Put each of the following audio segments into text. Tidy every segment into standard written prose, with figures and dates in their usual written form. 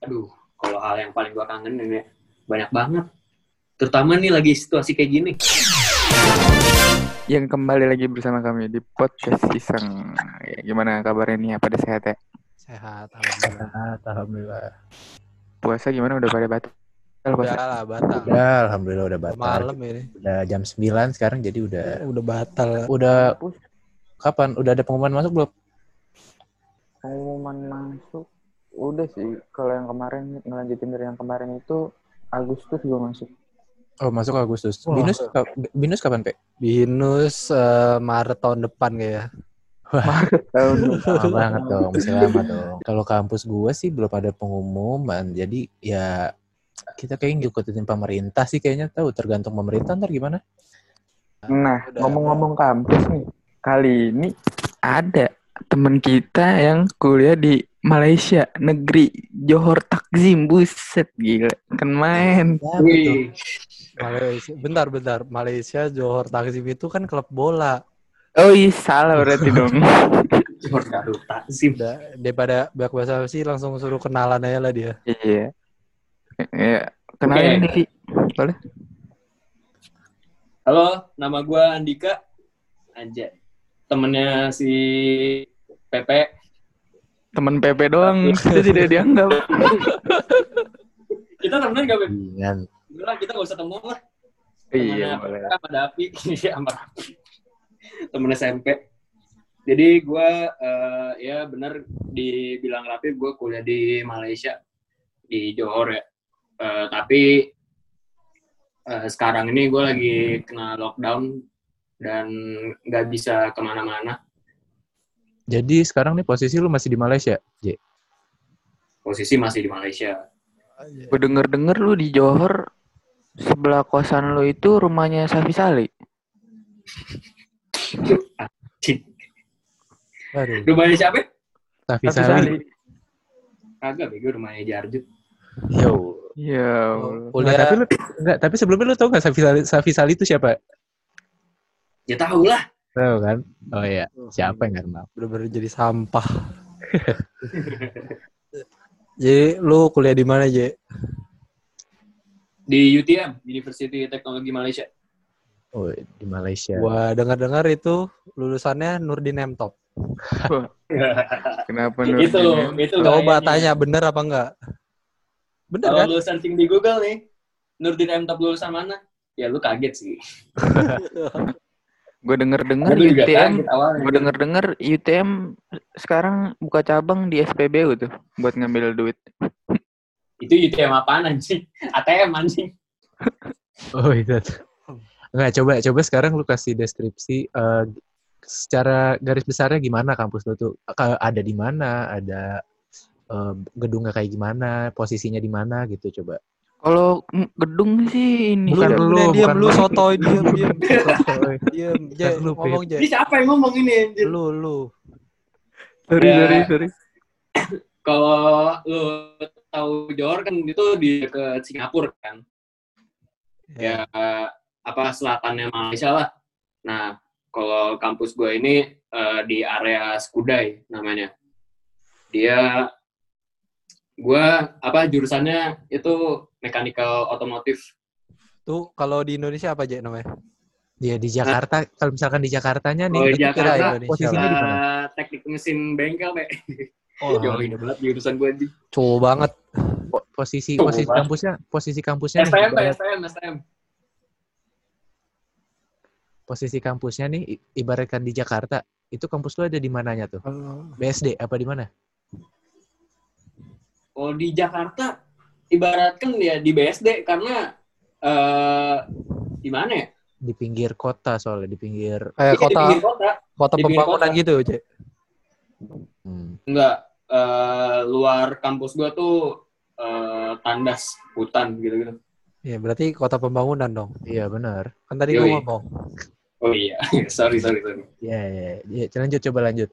Aduh, kalau hal yang paling gue kangenin ya, banyak banget. Terutama nih lagi situasi kayak gini. Yang kembali lagi bersama kami di podcast Iseng. Ya, gimana kabarnya nih? Pada sehat ya? Sehat, alhamdulillah. Alhamdulillah. Puasa gimana? Udah pada batal puasa? Udah lah, batal. Ya, alhamdulillah udah batal. Malam ini. Udah jam 9 sekarang jadi udah batal. Udah kapan? Udah ada pengumuman masuk belum? Pengumuman masuk udah sih. Kalau yang kemarin ngelanjutin dari yang kemarin itu Agustus juga masuk. Oh, masuk Agustus. Wah. Binus kapan, Pe? Binus Maret tahun depan kayaknya. Maret tahun Lama banget dong, masih lama dong. Kalau kampus gue sih belum ada pengumuman. Jadi ya kita kayaknya ngikutin pemerintah sih kayaknya, tahu tergantung pemerintah ntar gimana. Nah, Udah. ngomong-ngomong kampus nih. Kali ini ada teman kita yang kuliah di Malaysia, negeri Johor Takzim. Buset, gila. Kan main. Wih, Malaysia. Bentar. Malaysia, Johor Takzim itu kan klub bola. Oh iya, salah berarti dong. Johor Darul Takzim. Udah, daripada banyak bahasa sih langsung suruh kenalan aja lah dia. Iya. Ya, kenalin Oke. Diki. Boleh? Halo, nama gue Andika. Anjay. Temennya si Pepe. Temen PP doang, itu tidak dianggap. Kita temenan gak, Pep? Dengan Udah lah, kita gak usah temen lah. Iya, Temennya boleh. Pepe sama Davi. Sama Rafi. Temen SMP. Jadi gue, ya bener dibilang Rafi, gue kuliah di Malaysia. Di Johor ya. Tapi sekarang ini gue lagi kena lockdown dan nggak bisa kemana-mana. Jadi sekarang nih posisi lu masih di Malaysia, J? Posisi masih di Malaysia. Gue denger lu di Johor, sebelah kosan lu itu rumahnya Safi Sali. Aduh. Rumahnya siapa? Safi Safi Sali. Sali. Kagak, bego, rumahnya Jarjut. Yo. Ya, Kuliah Tapi sebelumnya lu tau gak Safi Sali itu siapa? Ya tahu lah. Tahu kan? Oh iya, siapa yang gak kenal? bener-bener jadi sampah. Jadi lu kuliah di mana, Je? Di UTM, University Teknologi Malaysia. Oh, di Malaysia. Gua dengar-dengar itu lulusannya Nurdin M-Top. kenapa Itu Coba kayaknya. tanya bener apa enggak? Bener Kalau kan? lu searching di Google nih, Nurdin M Top lulusan mana? Ya lu kaget sih. Gue denger Gua juga kaget awalnya. UTM sekarang buka cabang di SPBU tuh buat ngambil duit. Itu UTM apaan anjing? ATM anjing. Oh itu. Enggak, coba sekarang lu kasih deskripsi secara garis besarnya gimana kampus lu tuh? Ada di mana? Ada gedungnya kayak gimana? Posisinya di mana gitu coba. Kalau gedung sih ini. Bukan lu, diam bukan lu lu. sotoy, diam. Sotoy. Diam, Je, Lu, ngomong Je. Ini siapa yang ngomong ini anjir? Lu. Sorry. Kalau lu tahu Johor kan itu di dekat Singapura kan. Ya apa selatannya Malaysia lah. Nah, kalau kampus gue ini di area Skudai namanya. Gue jurusannya itu mechanical otomotif. Tuh kalau di Indonesia apa, Je, namanya? Dia di Jakarta, kalau misalkan di Jakartanya nih, Oh, itu Jakarta, kira posisinya di mana? Teknik mesin bengkel, Pak. Oh, Jauhin banget jurusan gue anjing. cowok banget. Posisi Coba. kampusnya nih. STM. Posisi kampusnya nih ibaratkan di Jakarta, itu kampus lu ada di mananya tuh? BSD apa di mana? Oh, di Jakarta ibaratkan ya di BSD karena di mana ya? Di pinggir kota soalnya, di pinggir. Di pinggir kota. Kota Di pinggir pembangunan kota. gitu, Je. Enggak, luar kampus gua tuh tandas hutan gitu-gitu. Iya, berarti kota pembangunan dong. Iya benar. Kan tadi Yoi. gua ngomong. Oh iya, sorry. Iya. Coba lanjut.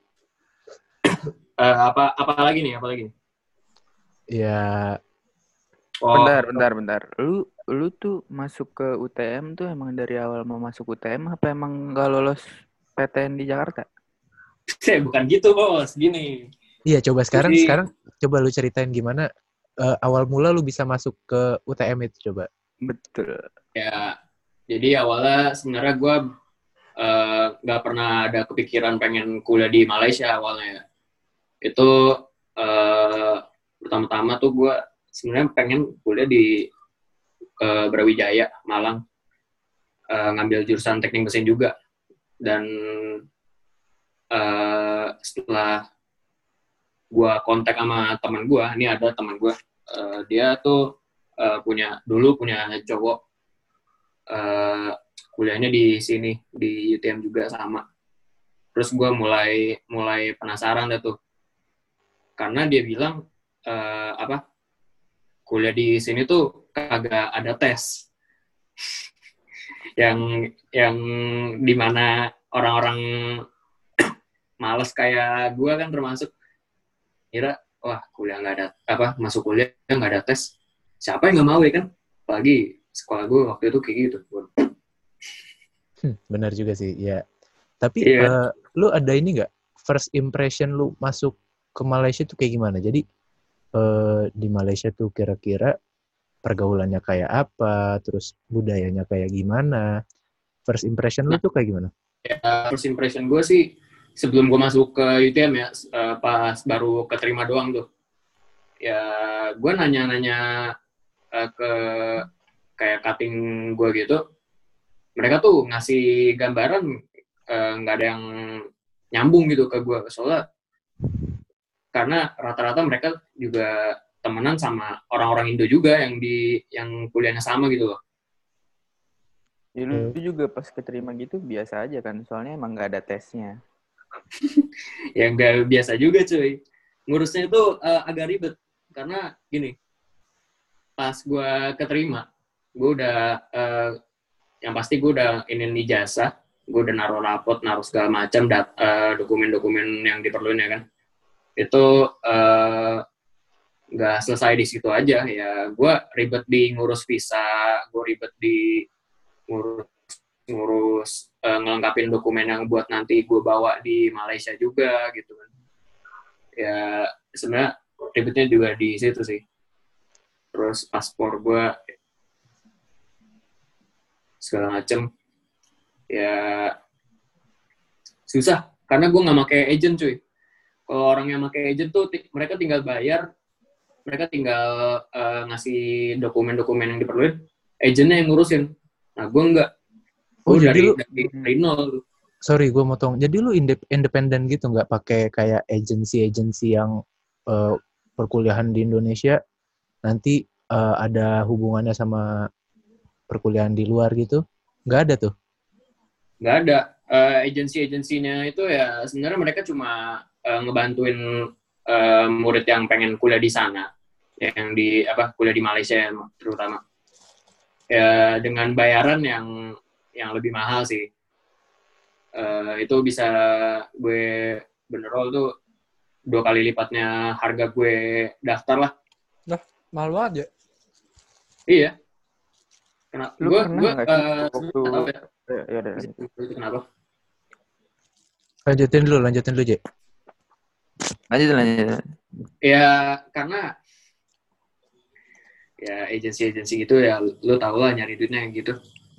Apa lagi nih? Ya, Oh, Bentar. Lu tuh masuk ke UTM tuh emang dari awal mau masuk UTM apa emang nggak lolos PTN di Jakarta? bukan gitu, Bos. Gini. iya coba sekarang Jadi- coba lu ceritain gimana awal mula lu bisa masuk ke UTM itu coba? Betul. Ya, jadi awalnya sebenarnya gue nggak pernah ada kepikiran pengen kuliah di Malaysia awalnya. Itu pertama-tama tuh gue sebenarnya pengen kuliah di Brawijaya, Malang, ngambil jurusan teknik mesin juga. Dan setelah gue kontak sama teman gue, ini ada teman gue, dia tuh dulu punya cowok kuliahnya di sini di UTM juga sama. Terus gue mulai penasaran dah tuh, karena dia bilang kuliah di sini tuh kagak ada tes yang dimana orang-orang malas kayak gue kan termasuk kira wah kuliah nggak ada masuk kuliah nggak ada tes, siapa yang nggak mau ya kan, apalagi sekolah gue waktu itu kayak gitu. Benar juga sih ya. Tapi Iya. lu ada ini nggak first impression lu masuk ke Malaysia tuh kayak gimana? Jadi di Malaysia tuh kira-kira pergaulannya kayak apa, terus budayanya kayak gimana? First impression lu tuh kayak gimana? Ya, first impression gue sih sebelum gue masuk ke UTM ya, pas baru keterima doang tuh. Ya, gue nanya-nanya ke kayak cutting gue gitu. Mereka tuh ngasih gambaran nggak ada yang nyambung gitu ke gue. Soalnya karena rata-rata mereka juga temenan sama orang-orang Indo juga yang kuliahnya sama gitu loh. Ya, lu juga pas keterima gitu biasa aja kan, soalnya emang nggak ada tesnya. Ya nggak biasa juga cuy. Ngurusnya itu agak ribet. Karena gini, pas gue keterima, gue udah, yang pasti gue udah iniin ijazah, gue udah naruh rapot, naruh segala macam, dokumen-dokumen yang diperluin ya kan. Itu nggak selesai di situ aja. Ya gue ribet di ngurus visa, gue ribet di ngurus ngelengkapin dokumen yang buat nanti gue bawa di Malaysia juga gitu kan. Ya sebenarnya ribetnya juga di situ sih. Terus paspor gue segala macem ya susah karena gue nggak pakai agent cuy. Kalau orang yang pakai agent tuh mereka tinggal bayar, mereka tinggal ngasih dokumen-dokumen yang diperluin, agentnya yang ngurusin. Nah gue nggak. Oh, Gue jadi lu dari nol. sorry gue motong. Jadi lu independen gitu, nggak pakai kayak agensi-agensi yang perkuliahan di Indonesia nanti ada hubungannya sama perkuliahan di luar gitu? Nggak ada tuh? Nggak ada. Agensi-agensinya itu ya sebenarnya mereka cuma ngebantuin murid yang pengen kuliah di sana, yang kuliah di Malaysia terutama. Ya dengan bayaran yang lebih mahal sih. Itu bisa gue benerol tuh 2 kali lipatnya harga gue daftar lah. Nah, mahal banget ya. Iya. Kenapa? Lu pernah nggak sih waktu tahu ya. ya udah. Itu kenapa? Lanjutin dulu, J. Lanjut. Ya karena ya agensi-agensi gitu ya lu tau lah nyari duitnya gitu.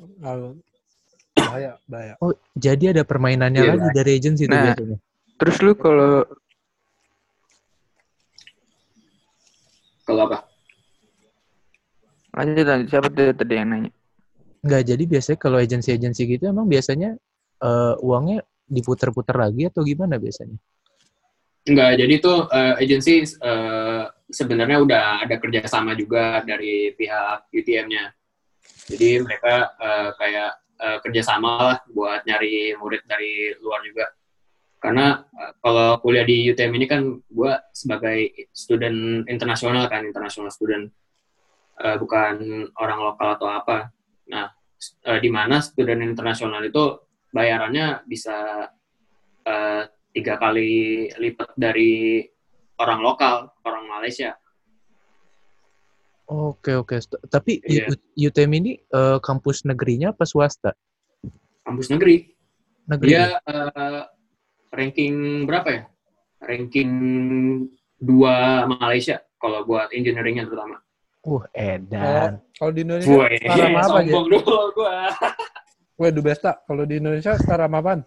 Bahaya. Oh, jadi ada permainannya Iya, lagi dari agensi itu Nah, biasanya. terus lu kalau apa? lanjut siapa tuh tadi yang nanya? Nggak, jadi biasanya kalau agensi-agensi gitu emang biasanya uangnya diputer-puter lagi atau gimana biasanya? Enggak, jadi tuh agensi sebenarnya udah ada kerjasama juga dari pihak UTM-nya. Jadi mereka kayak kerjasama lah buat nyari murid dari luar juga. Karena kalau kuliah di UTM ini kan gue sebagai student internasional kan, international student, bukan orang lokal atau apa. Nah, di mana student internasional itu bayarannya bisa 3 kali lipat dari orang lokal, orang Malaysia. Oke. Tapi Iya. UTM ini kampus negerinya apa swasta? Kampus negeri. Negeri. Dia ranking berapa ya? Ranking 2 Malaysia. kalau buat engineering-nya terutama. Edan. Kalau di Indonesia Woi, setara sama apa aja? sombong dulu gua. Weh, Dubesta, kalau di Indonesia setara sama apaan?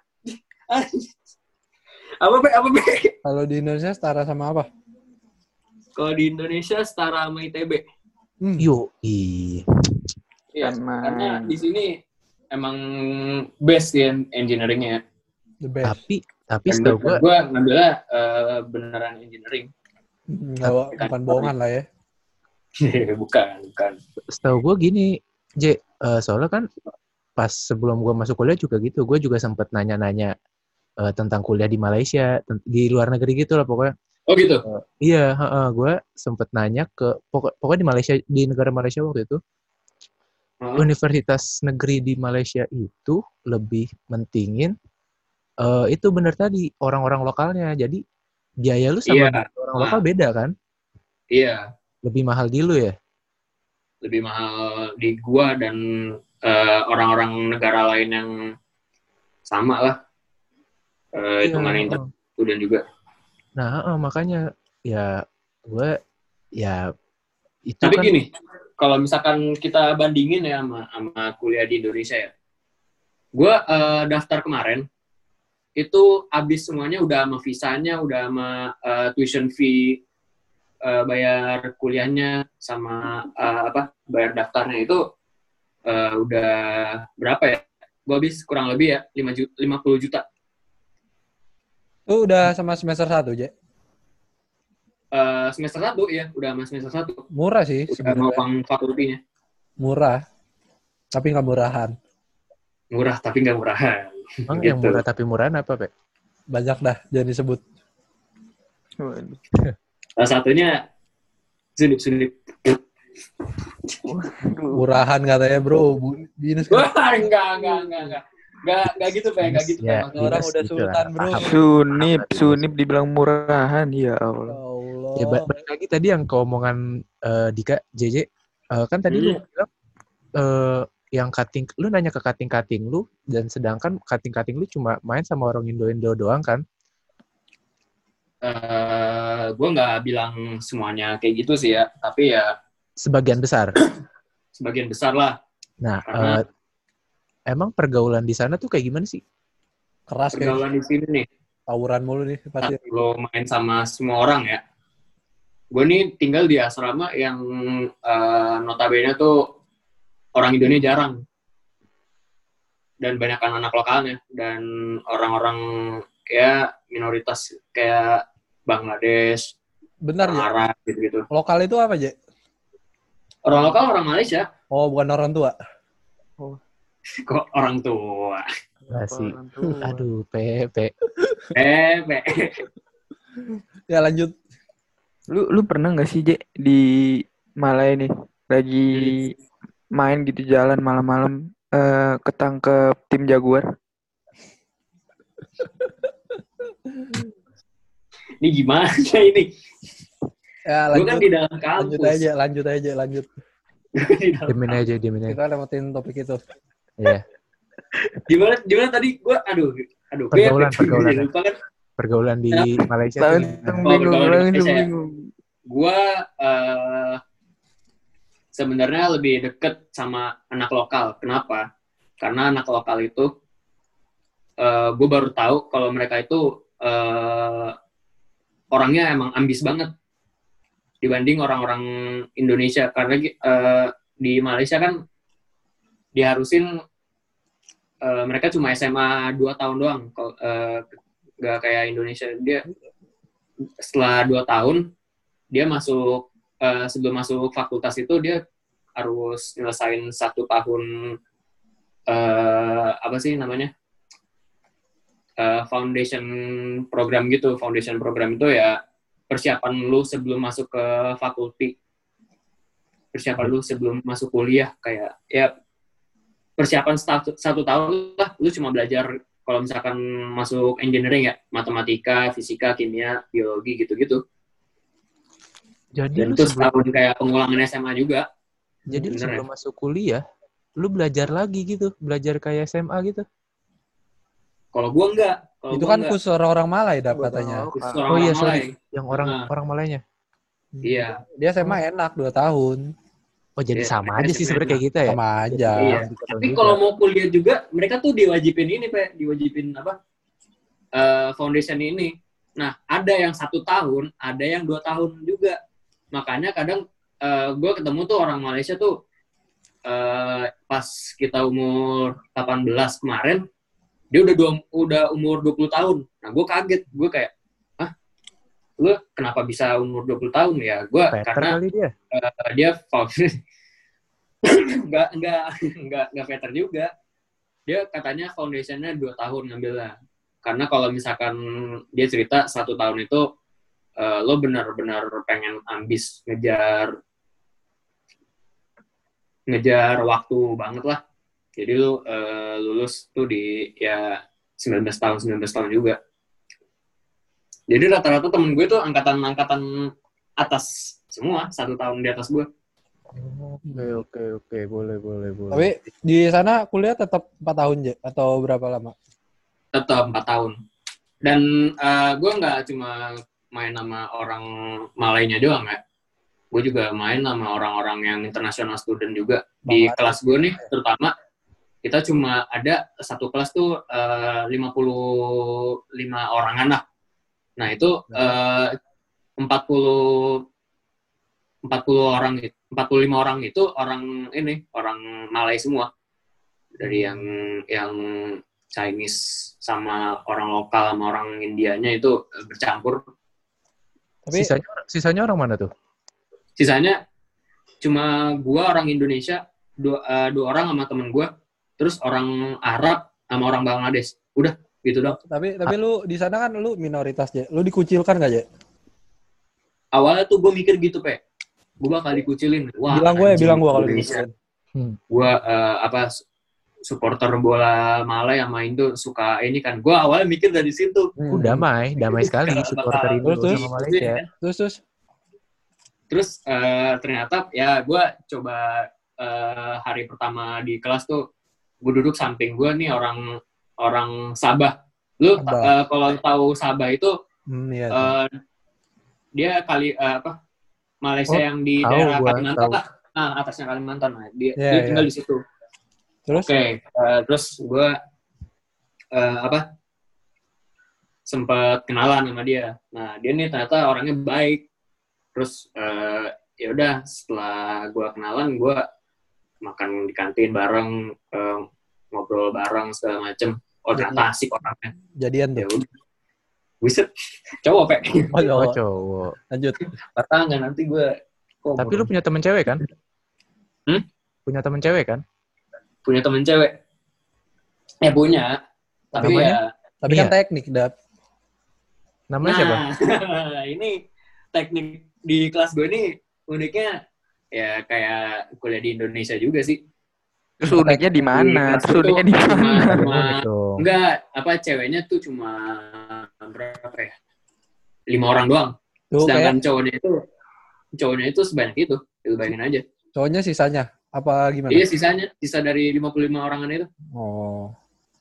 Apa Be? Kalau di Indonesia setara sama apa? Kalau di Indonesia setara sama ITB. Yo, Iya, Sama- karena di sini emang best ya engineering-nya ya. The best. tapi Dan setahu gue gue ngambilnya beneran engineering. Bukan bohongan lah ya. bukan. setahu gue gini, soalnya kan pas sebelum gue masuk kuliah juga gitu, gue juga sempet nanya-nanya tentang kuliah di Malaysia, di luar negeri gitu lah pokoknya. Oh gitu? Iya, gue sempet nanya ke pokoknya di Malaysia, di negara Malaysia waktu itu, universitas negeri di Malaysia itu lebih mentingin itu bener tadi orang-orang lokalnya. Jadi biaya lu sama orang lokal beda kan? Iya. Lebih mahal di lu ya? Lebih mahal di gua dan orang-orang negara lain yang sama lah. Hitungan dan juga. Nah, makanya ya gue ya itu. Tapi kan gini, kalau misalkan kita bandingin ya sama kuliah di Indonesia ya, gue daftar kemarin itu habis semuanya, udah sama visanya, udah sama tuition fee, bayar kuliahnya, sama bayar daftarnya itu udah berapa ya? Gue habis kurang lebih ya 50 juta. Lu udah sama semester 1, Je? Semester 1 ya, udah sama semester 1. Murah sih udah mau sebenarnya. uang fakultinya. Murah. Tapi nggak murahan. Murah tapi nggak murahan. Emang Gitu. yang murah tapi murahan apa, Pe? Banyak dah, jangan disebut. Salah satunya sunip. Murahan katanya, bro. Binus kan. Wah, enggak gitu, Pak. Enggak gitu, Ya, Pak. Orang Binus udah gitu sultan, lah, bro. paham. Sunip dibilang murahan, ya Ya Allah. Allah. Ya, balik lagi tadi yang keomongan Dika, JJ, kan tadi lu bilang yang cutting, lu nanya ke cutting lu, dan sedangkan cutting lu cuma main sama orang Indo doang kan? Gue nggak bilang semuanya kayak gitu sih ya, tapi ya Sebagian besar. sebagian besar lah. Nah, Karena emang pergaulan di sana tuh kayak gimana sih? Keras kayak pergaulan di sini nih, tawuran mulu nih pasti. lo main sama semua orang ya. Gue nih tinggal di asrama yang notabene tuh orang Indonesia jarang. Dan banyak anak lokalnya. Dan orang-orang ya minoritas kayak Bangladesh, Benar ya. Arab gitu-gitu. Lokal itu apa, Je? Orang lokal orang Malaysia. Oh, bukan orang tua. Kok orang tua? Masih. Aduh, Pepe. Be. Ya lanjut. Lu pernah nggak sih, Je, di Malaya nih lagi main gitu jalan malam-malam ketangkep tim Jaguar? Ini gimana ini? Ya Gue kan lanjut. di dalam kampus. Lanjut aja. Di dalam Diamin aja. Kita lewatin topik itu. Iya. Gimana tadi gue aduh Pergaulan. lupa kan. Pergaulan di Malaysia tuh Langsung gimana? bingung, pergaulan langsung Indonesia ya. bingung. Gue sebenarnya lebih deket sama anak lokal. Kenapa? Karena anak lokal itu gue baru tahu kalau mereka itu orangnya emang ambis banget dibanding orang-orang Indonesia. Karena di Malaysia kan diharusin mereka cuma SMA 2 tahun doang. Gak kayak Indonesia. Dia setelah 2 tahun dia masuk sebelum masuk fakultas itu dia harus nyelesain 1 tahun apa sih namanya foundation program gitu. Foundation program itu ya persiapan lu sebelum masuk ke fakulti, persiapan lu sebelum masuk kuliah, kayak ya persiapan 1 tahun lah. Lu cuma belajar kalau misalkan masuk engineering ya, matematika, fisika, kimia, biologi gitu-gitu. Jadi Dan lu itu sebelum, setahun kayak pengulangan SMA juga. jadi lu Bener sebelum masuk kuliah, lu belajar lagi gitu, belajar kayak SMA gitu. Kalau gua enggak. Kalau Itu gua kan enggak. khusus orang-orang Malay dah katanya. Khusus Oh iya, orang-orang sorry. Malay. Yang orang Malainya. Iya. Dia SMA enak 2 tahun. Oh jadi Iya, sama mereka aja sih SMA sebenarnya kayak kita ya. Sama aja. Iya. Gitu Tapi juga. kalau mau kuliah juga, mereka tuh diwajibin ini, Pak. Diwajibin apa? Foundation ini. Nah, ada yang 1 tahun, ada yang 2 tahun juga. Makanya kadang gue ketemu tuh orang Malaysia tuh pas kita umur 18 kemarin, dia udah umur 20 tahun. Nah, gue kaget. Gue kayak, lu kenapa bisa umur 20 tahun? Ya, gue Veter karena kali dia. dia nggak veter juga. Dia katanya foundationnya 2 tahun ngambilnya. Karena kalau misalkan dia cerita 1 tahun itu lo benar-benar pengen ambis ngejar waktu banget lah. Jadi lo lulus tuh di ya 19 tahun juga. Jadi rata-rata temen gue tuh angkatan atas semua, 1 tahun di atas gue. Oke, boleh. Tapi di sana kuliah tetap 4 tahun aja atau berapa lama? Tetap 4 tahun. Dan gue nggak cuma main sama orang Malaynya doang ya. Gue juga main sama orang-orang yang international student juga. Di kelas gue nih, terutama kita cuma ada satu kelas tuh 55 orang anak. Nah itu 45 orang itu orang Malay semua. Dari yang Chinese sama orang lokal sama orang Indianya itu bercampur. Tapi Sisanya orang mana tuh? Sisanya cuma gua orang Indonesia, dua orang sama temen gua, terus orang Arab sama orang Bangladesh. Udah gitu dong. Tapi lu di sana kan lu minoritas aja. Lu dikucilkan gak aja? Awalnya tuh gue mikir gitu, Pe. Gue bakal dikucilin. Wah, bilang gue kalau Indonesia. dikucilin. Gue supporter bola Malay sama Indo suka ini kan. Gue awalnya mikir dari situ. Damai sekali supporter Indo Terus, sama Malaysia. Terus ternyata ya gue coba hari pertama di kelas tuh gue duduk samping gue nih orang Sabah. Lu kalau tahu Sabah itu iya, dia Malaysia yang di daerah Kalimantan lah. Nah, atasnya Kalimantan. Nah, dia tinggal di situ. Terus? Oke, terus gue sempat kenalan sama dia. Nah, dia nih ternyata orangnya baik. Terus ya udah setelah gue kenalan, gue makan di kantin bareng, ngobrol bareng segala macem. Oh, ternyata asik orangnya. Jadian tuh. Ya udah. Wiset, cowok, Pe. Cowok. Lanjut. Patangan nanti gue. Tapi lu punya temen cewek kan? Punya temen cewek kan? Punya temen cewek. Ya punya. Tapi namanya? Tapi kan teknik, Dap. Namanya siapa? Ini teknik di kelas gue ini uniknya ya kayak kuliah di Indonesia juga sih. Terus uniknya di mana? Enggak, ceweknya tuh cuma berapa ya? 5 orang doang. Sedangkan cowoknya itu sebanyak itu. Itu bayangin aja. Cowoknya sisanya apa gimana? Iya, sisa dari 55 orangan itu. Oh.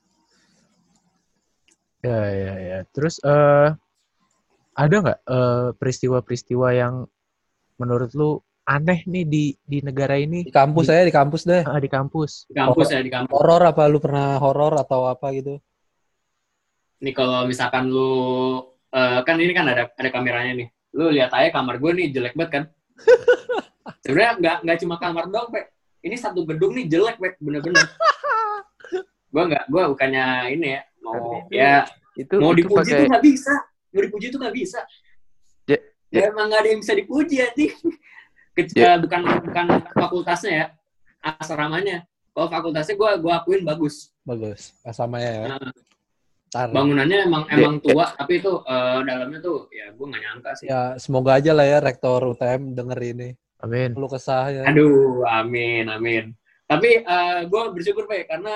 Ya. Terus ada nggak peristiwa-peristiwa yang menurut lu aneh nih di negara ini? Di kampus deh. Di kampus. Di kampus. Horor apa lu pernah horor atau apa gitu? Nih kalau misalkan lu kan ini kan ada kameranya nih. Lu lihat aja kamar gue nih jelek banget kan. Sebenarnya nggak cuma kamar doang, Pe. Ini satu gedung nih jelek, Pe. Bener-bener. Gue bukannya ini ya mau dipuji tuh nggak bisa. Mau dipuji tuh nggak bisa. Ya emang nggak ada yang bisa dipuji anjing. Bukan fakultasnya ya, asramanya. Kalau fakultasnya gue akuin bagus. Asramanya ya. Bangunannya emang tua, tapi itu dalamnya tuh ya gue nggak nyangka sih. Ya semoga aja lah ya rektor UTM denger ini. Amin. Lu kesah ya. Aduh, amin. Tapi gue bersyukur, Pak, karena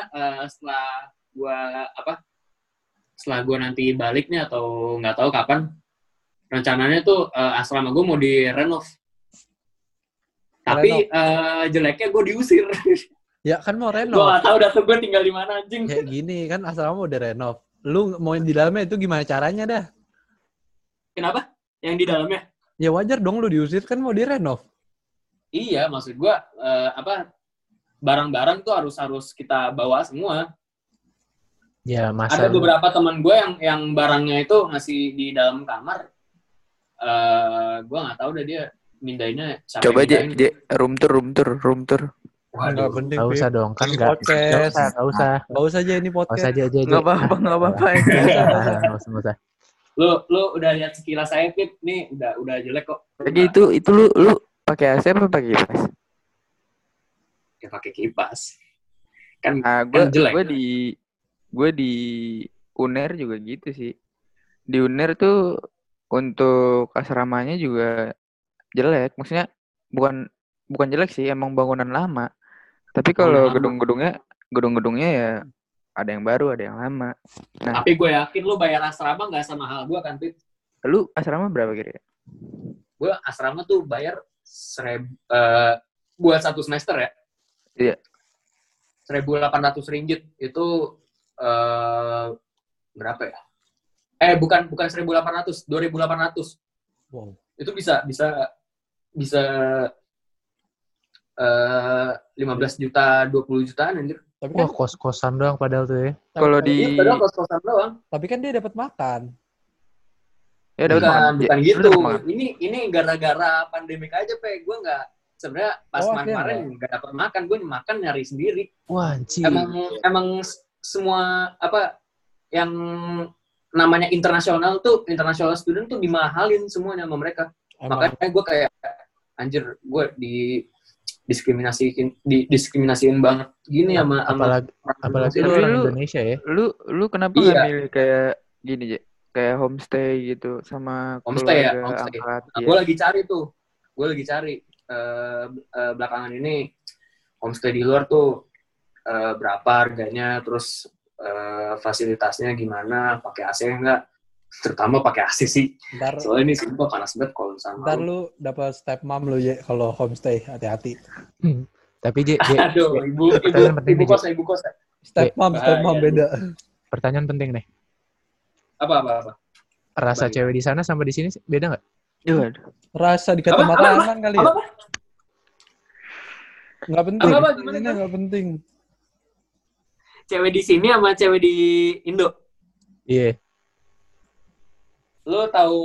setelah gue nanti balik nih atau nggak tahu kapan, rencananya tuh asrama gue mau direnov. Tapi jeleknya gue diusir. Ya kan mau renov. Gue nggak tahu data gue tinggal di mana anjing. Kayak gini kan asrama udah renov. Lu mau di dalamnya itu gimana caranya dah? Kenapa? Yang di dalamnya? Ya wajar dong lu diusir kan mau direnov. Iya, maksud gue barang-barang tuh harus kita bawa semua. Ya Ada masa beberapa teman gue yang barangnya itu masih di dalam kamar. Gue nggak tahu dah dia mindainnya siapa Coba yang mindain. room tour. Nggak Waduh. penting, nggak usah Pip. dong kan Ini nggak podcast. nggak usah Nggak usah aja ini nggak usah podcast. aja Nggak apa-apa. nggak usah. Lu udah lihat sekilas saya, Pip. Nih udah jelek kok. Lagi itu lu pakai AC apa pakai kipas? Ya pakai kipas. Kan Nah, kan jelek. gue di UNER juga gitu sih. Di UNER tuh untuk asramanya juga jelek. Maksudnya bukan jelek sih, emang bangunan lama. Tapi kalau Bangunan lama. gedung-gedungnya ya ada yang baru, ada yang lama. Nah, Tapi gue yakin lu bayar asrama nggak sama hal gue kan, Pip. lu asrama berapa kira-kira? Gue asrama tuh bayar 1.000 buat 1 semester ya. Iya. 1.800 ringgit itu berapa ya? Bukan 1.800, 2.800. Wow. Itu bisa 15 juta, 20 jutaan anjir. Tapi Wah, kan kos-kosan doang padahal tuh ya. Kalau tapi- Iya, padahal kos-kosan doang. tapi kan dia dapat makan. Ya dapat makan. Bukan Lu gitu. dapat makan? Ini gara-gara pandemik aja, Pe. Gue nggak sebenarnya pas akhirnya kemarin nggak dapat makan, gue makan nyari sendiri. Wah, anjir. Emang semua yang namanya internasional student tuh dimahalin semuanya sama mereka. Emang Makanya gue kayak anjir, gue didiskriminasiin banget gini sama Apalagi lu Tapi orang lu- Indonesia ya. Lu kenapa Iya. nggak milih kayak gini, Je? Kayak homestay gitu sama Homestay ya, keluarga homestay. angkat. Nah, Ya. gue lagi cari belakangan ini homestay di luar tuh berapa harganya, terus fasilitasnya gimana, pakai AC enggak, terutama pakai AC sih. ntar Soalnya ini sumpah panas banget kalau sama. lu dapat stepmom lu ya kalau homestay, hati-hati. Tapi J, Aduh, ibu pertanyaan penting nih, ibu kos. Stepmom Bahaya. beda. pertanyaan penting nih. Apa? Rasa Baik. cewek di sana sama di sini beda nggak? Iya. Rasa dikata Apa? makanan kali ya. Apa? Nggak penting. Apa? Gimana? Ini nggak penting. Cewek di sini sama cewek di Indo. Iya. Lo tahu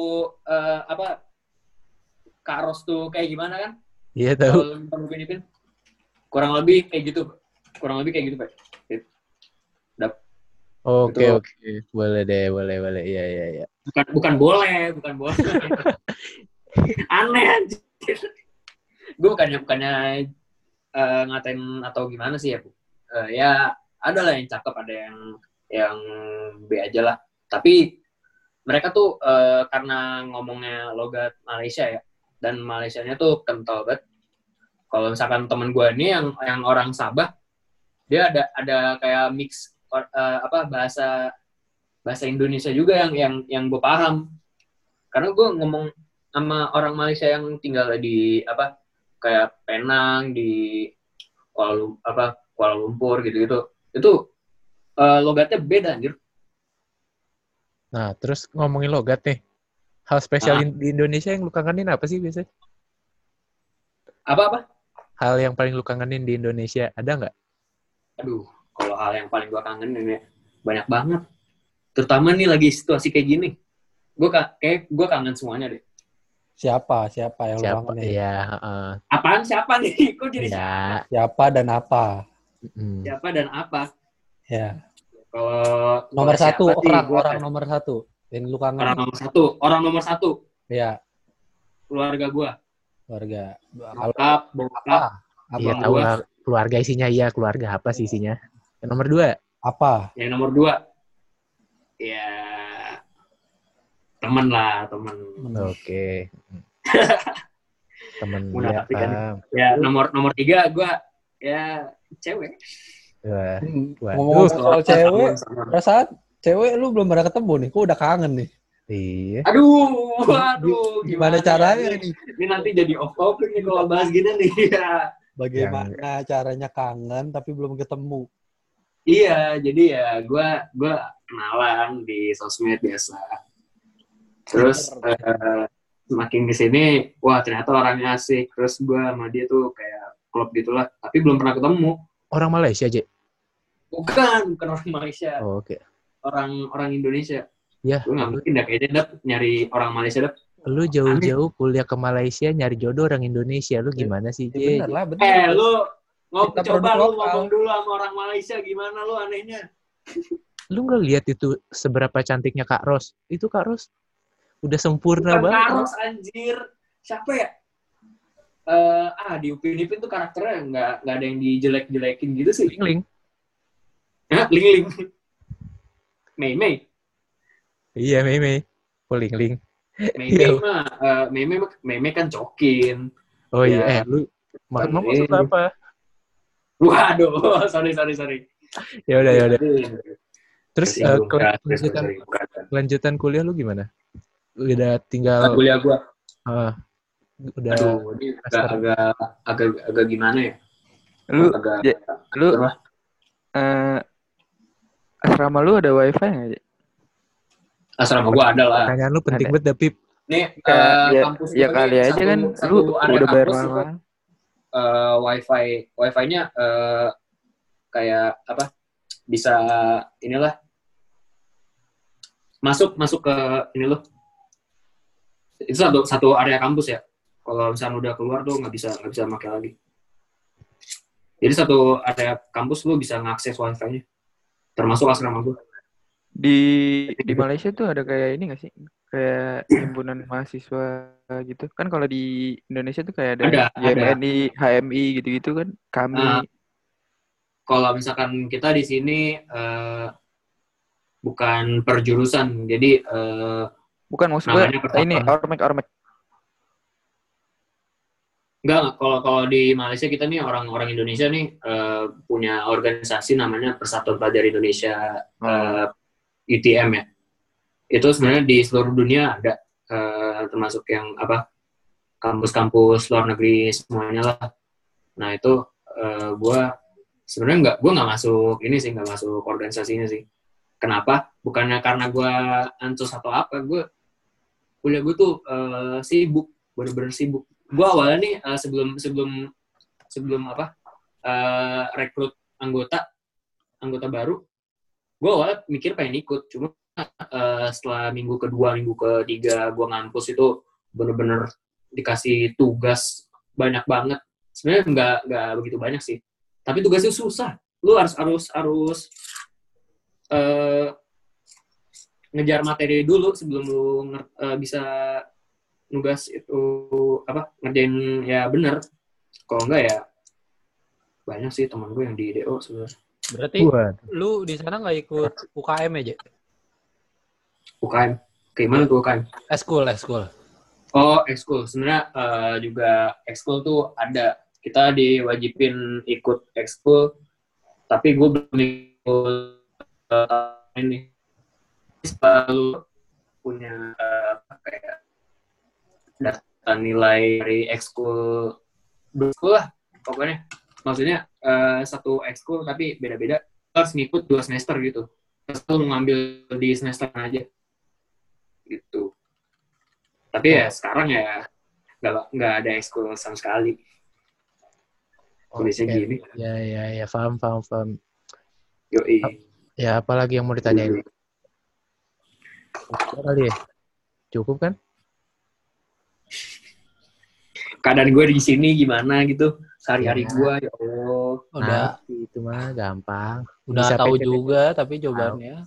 Kak Ros tuh kayak gimana kan? Iya tahu. Kalau kamu Filipin, kurang lebih kayak gitu, Pak. Oke, Itu- oke. Boleh deh, boleh. Iya. Bukan boleh. Aneh anjir. Gue bukannya ngatain atau gimana sih ya, Bu. Ya ada lah yang cakep, ada yang B aja lah. Tapi mereka tuh karena ngomongnya logat Malaysia ya, dan Malaysianya tuh kental banget. Kalau misalkan temen gue ini yang orang Sabah, dia ada kayak mix bahasa Indonesia juga yang gue paham. Karena gue ngomong sama orang Malaysia yang tinggal di kayak Penang, di Kuala Lumpur gitu-gitu. Itu logatnya beda anjir. Nah, terus ngomongin logat nih. Hal spesial di Indonesia yang lu kangenin apa sih biasanya? Apa? Hal yang paling lu kangenin di Indonesia ada nggak? Aduh, kalau hal yang paling gue kangenin ya banyak banget. Terutama nih lagi situasi kayak gini. Gue kangen semuanya deh. Siapa yang lu Siapa? kangenin? Iya, Apaan siapa nih? Kok jadi ya. Siapa dan apa? siapa dan apa? Ya. Kalau Nomor kalau satu, siapa sih, gua orang nomor satu. Yang lu kangen. orang nomor satu Ya, keluarga gue. keluarga. Bokap. Iya Abang tahu gua. lah. Keluarga isinya iya, keluarga apa sih isinya? Yang nomor 2. Apa? Yang nomor 2 ya temen. Oke. Temen Udah ya, ngerti kan? paham. Ya nomor 3 gue ya cewek. Wah, Ngomong soal cewek, Sama. perasaan cewek lu belum pernah ketemu nih. Kok udah kangen nih? iya. Aduh, Gimana caranya nih? Ini nanti jadi off topic nih kalau bahas gini nih. Ya. Bagaimana caranya kangen tapi belum ketemu? Iya, jadi ya gue kenalan di sosmed biasa. Terus semakin kesini, wah ternyata orangnya asik. Terus gue sama dia tuh kayak klop gitulah, tapi belum pernah ketemu. Orang Malaysia, Je? Bukan orang Malaysia, Oh, oke. orang Indonesia. Ya, Gue nggak mungkin dah kayaknya nyari orang Malaysia dap. lu jauh-jauh kuliah ke Malaysia nyari jodoh orang Indonesia. Lu gimana sih, Je? Ya bener lah, bener. Lu Kita coba produk lu lokal. ngomong dulu sama orang Malaysia gimana lu anehnya. Lu nggak lihat itu seberapa cantiknya Kak Ros? Itu Kak Ros udah sempurna Bukan banget. Karos anjir. Siapa ya? Di Upin Ipin tuh karakternya nggak ada yang dijelek-jelekin gitu sih. Ling Ling. Ling Ling. Mei Mei. Iya, Mei Mei. Oh, Ling Ling. Mei Mei mah Mei Mei kan cokin. Oh iya, Ya. lu mau Ini. suka apa? Waduh, sorry. Ya udah. Terus Tersinggung. kelanjutan kuliah lu gimana? Udah tinggal Kuliah gua. udah Aduh, ini agak gimana ya? Lu Agak lu apa? asrama lu ada wifi nggak, Je? Asrama gua ada lah. pertanyaan lu penting Ada. banget, Dapip. Nih Ya kampus ya gua kali nih, aja kan satu lu area udah bayar kampus itu, mahal. wifi-nya kayak apa? Bisa inilah masuk ke ini loh. Itu satu area kampus ya. Kalau misalnya udah keluar tuh nggak bisa pakai lagi. Jadi satu area kampus lu bisa ngakses wifi-nya. Termasuk asrama gua. Di Malaysia tuh ada kayak ini nggak sih? Kayak himpunan mahasiswa gitu. Kan kalau di Indonesia tuh kayak ada Ada. YMNI, HMI gitu-gitu kan. Kami Kalau misalkan kita di sini bukan per jurusan, jadi bukan maksud gue namanya persatuan. ini Ormek. Enggak, kalau di Malaysia kita nih orang Indonesia nih punya organisasi namanya Persatuan Pelajar Indonesia UTM ya. Itu sebenarnya di seluruh dunia ada, termasuk yang apa kampus-kampus luar negeri semuanya lah. Nah itu gue sebenarnya nggak masuk organisasinya sih. Kenapa? Bukannya karena gue ansos atau apa, kuliah gue tuh sibuk, bener-bener sibuk. Gue awalnya nih sebelum rekrut anggota baru, gue awalnya mikir pengen ikut, cuma setelah minggu kedua, minggu ketiga gue ngampus itu bener-bener dikasih tugas banyak banget. Sebenarnya nggak begitu banyak sih, tapi tugasnya susah. Lu harus ngejar materi dulu sebelum lu bisa nugas itu ngerjain ya bener. Kalau enggak ya banyak sih teman gue yang di DO sebenarnya. Berarti lu di sana nggak ikut UKM aja? UKM. Gimana tuh UKM? Eskul. Oh, ekskul. Sebenarnya juga ekskul tuh ada. Kita diwajibin ikut ekskul, tapi gue belum ikut ini. Selalu punya kayak data nilai dari ekskul lah pokoknya. Maksudnya satu ekskul tapi beda-beda. Harus ngikut 2 semester gitu. Terus lu ngambil di semester aja gitu. Tapi ya sekarang ya nggak ada ekskul sama sekali. Kondisinya gini. Ya, paham. Yoi. Ya, apalagi yang mau ditanyain? Kali ya? Cukup kan? Keadaan gue di sini gimana gitu, sehari-hari gue ya Allah. Udah itu mah gampang. udah Bisa tahu PPT. juga, tapi jawabannya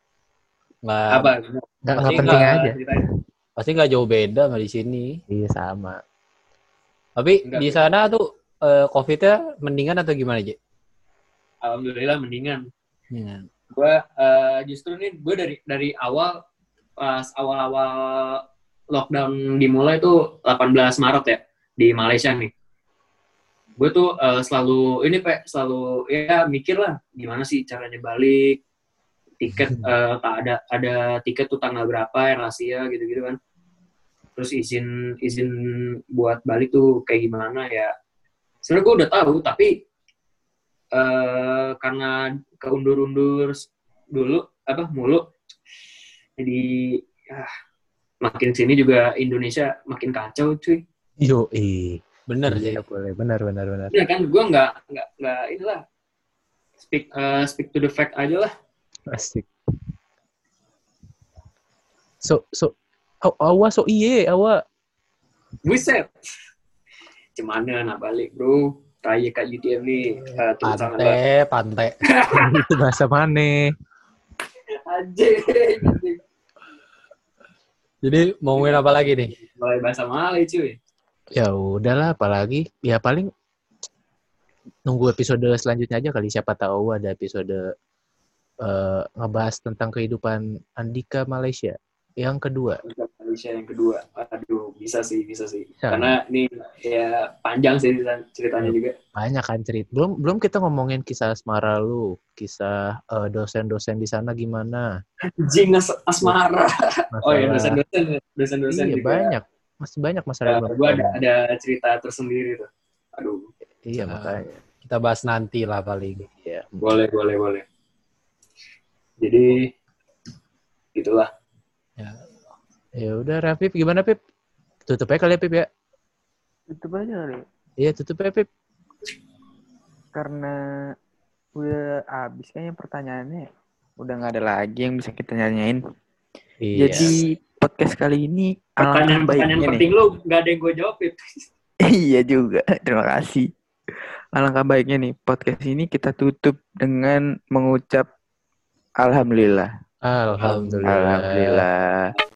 Nggak penting nggak- aja. pasti nggak jauh beda sama di sini. Iya, sama. Tapi Nggak di beda. sana tuh COVID-nya mendingan atau gimana, Je? Alhamdulillah mendingan. Ya. Gue justru nih gue dari awal, pas awal-awal lockdown dimulai tuh 18 Maret ya di Malaysia nih. Gue tuh selalu ya mikir lah gimana sih caranya balik, tiket ada tiket tuh tanggal berapa yang rahasia gitu-gitu kan. Terus izin buat balik tuh kayak gimana ya. Sebenarnya gue udah tahu tapi karena keundur-undur dulu mulu, jadi makin sini juga Indonesia makin kacau cuy. Yo, Bener sih. iya boleh, benar. Ya kan, gue nggak inilah speak to the fact aja lah. Asik. Awa Buset. Cemana nak balik bro? Raya kat UTM ni turun sangat lah. Pantai. itu bahasa mana? Anjing. Jadi mau ngomongin apa lagi nih? Mulai bahasa Malay cuy. Ya udahlah, apalagi ya paling nunggu episode selanjutnya aja kali, siapa tahu ada episode ngebahas tentang kehidupan Andika Malaysia yang kedua. Malaysia yang kedua. Aduh, bisa sih. Bisa. Karena ini ya panjang sih ceritanya juga. Banyak kan cerita. Belum kita ngomongin kisah asmara lu, kisah dosen-dosen di sana gimana. Anjing asmara. Oh ya, Masalah- dosen-dosen Iya, juga. banyak. Masih banyak masalah. Gue ada cerita tersendiri tuh. Aduh, Iya, makanya. Kita bahas nanti lah paling. Iya. boleh. Jadi itulah. Ya udah, Rafif gimana, Pip? Tutup aja kali ya, Pip ya. Tutup aja kali. Iya, tutup aja, Pip. Karena udah habis kayaknya pertanyaannya. Udah nggak ada lagi yang bisa kita tanyain. Iya. Jadi podcast kali ini alangkah Pertanyaan baiknya nih. penting lu nggak ada yang gue jawab itu. Iya juga. Terima kasih. Alangkah baiknya nih podcast ini kita tutup dengan mengucap Alhamdulillah. Alhamdulillah. Alhamdulillah.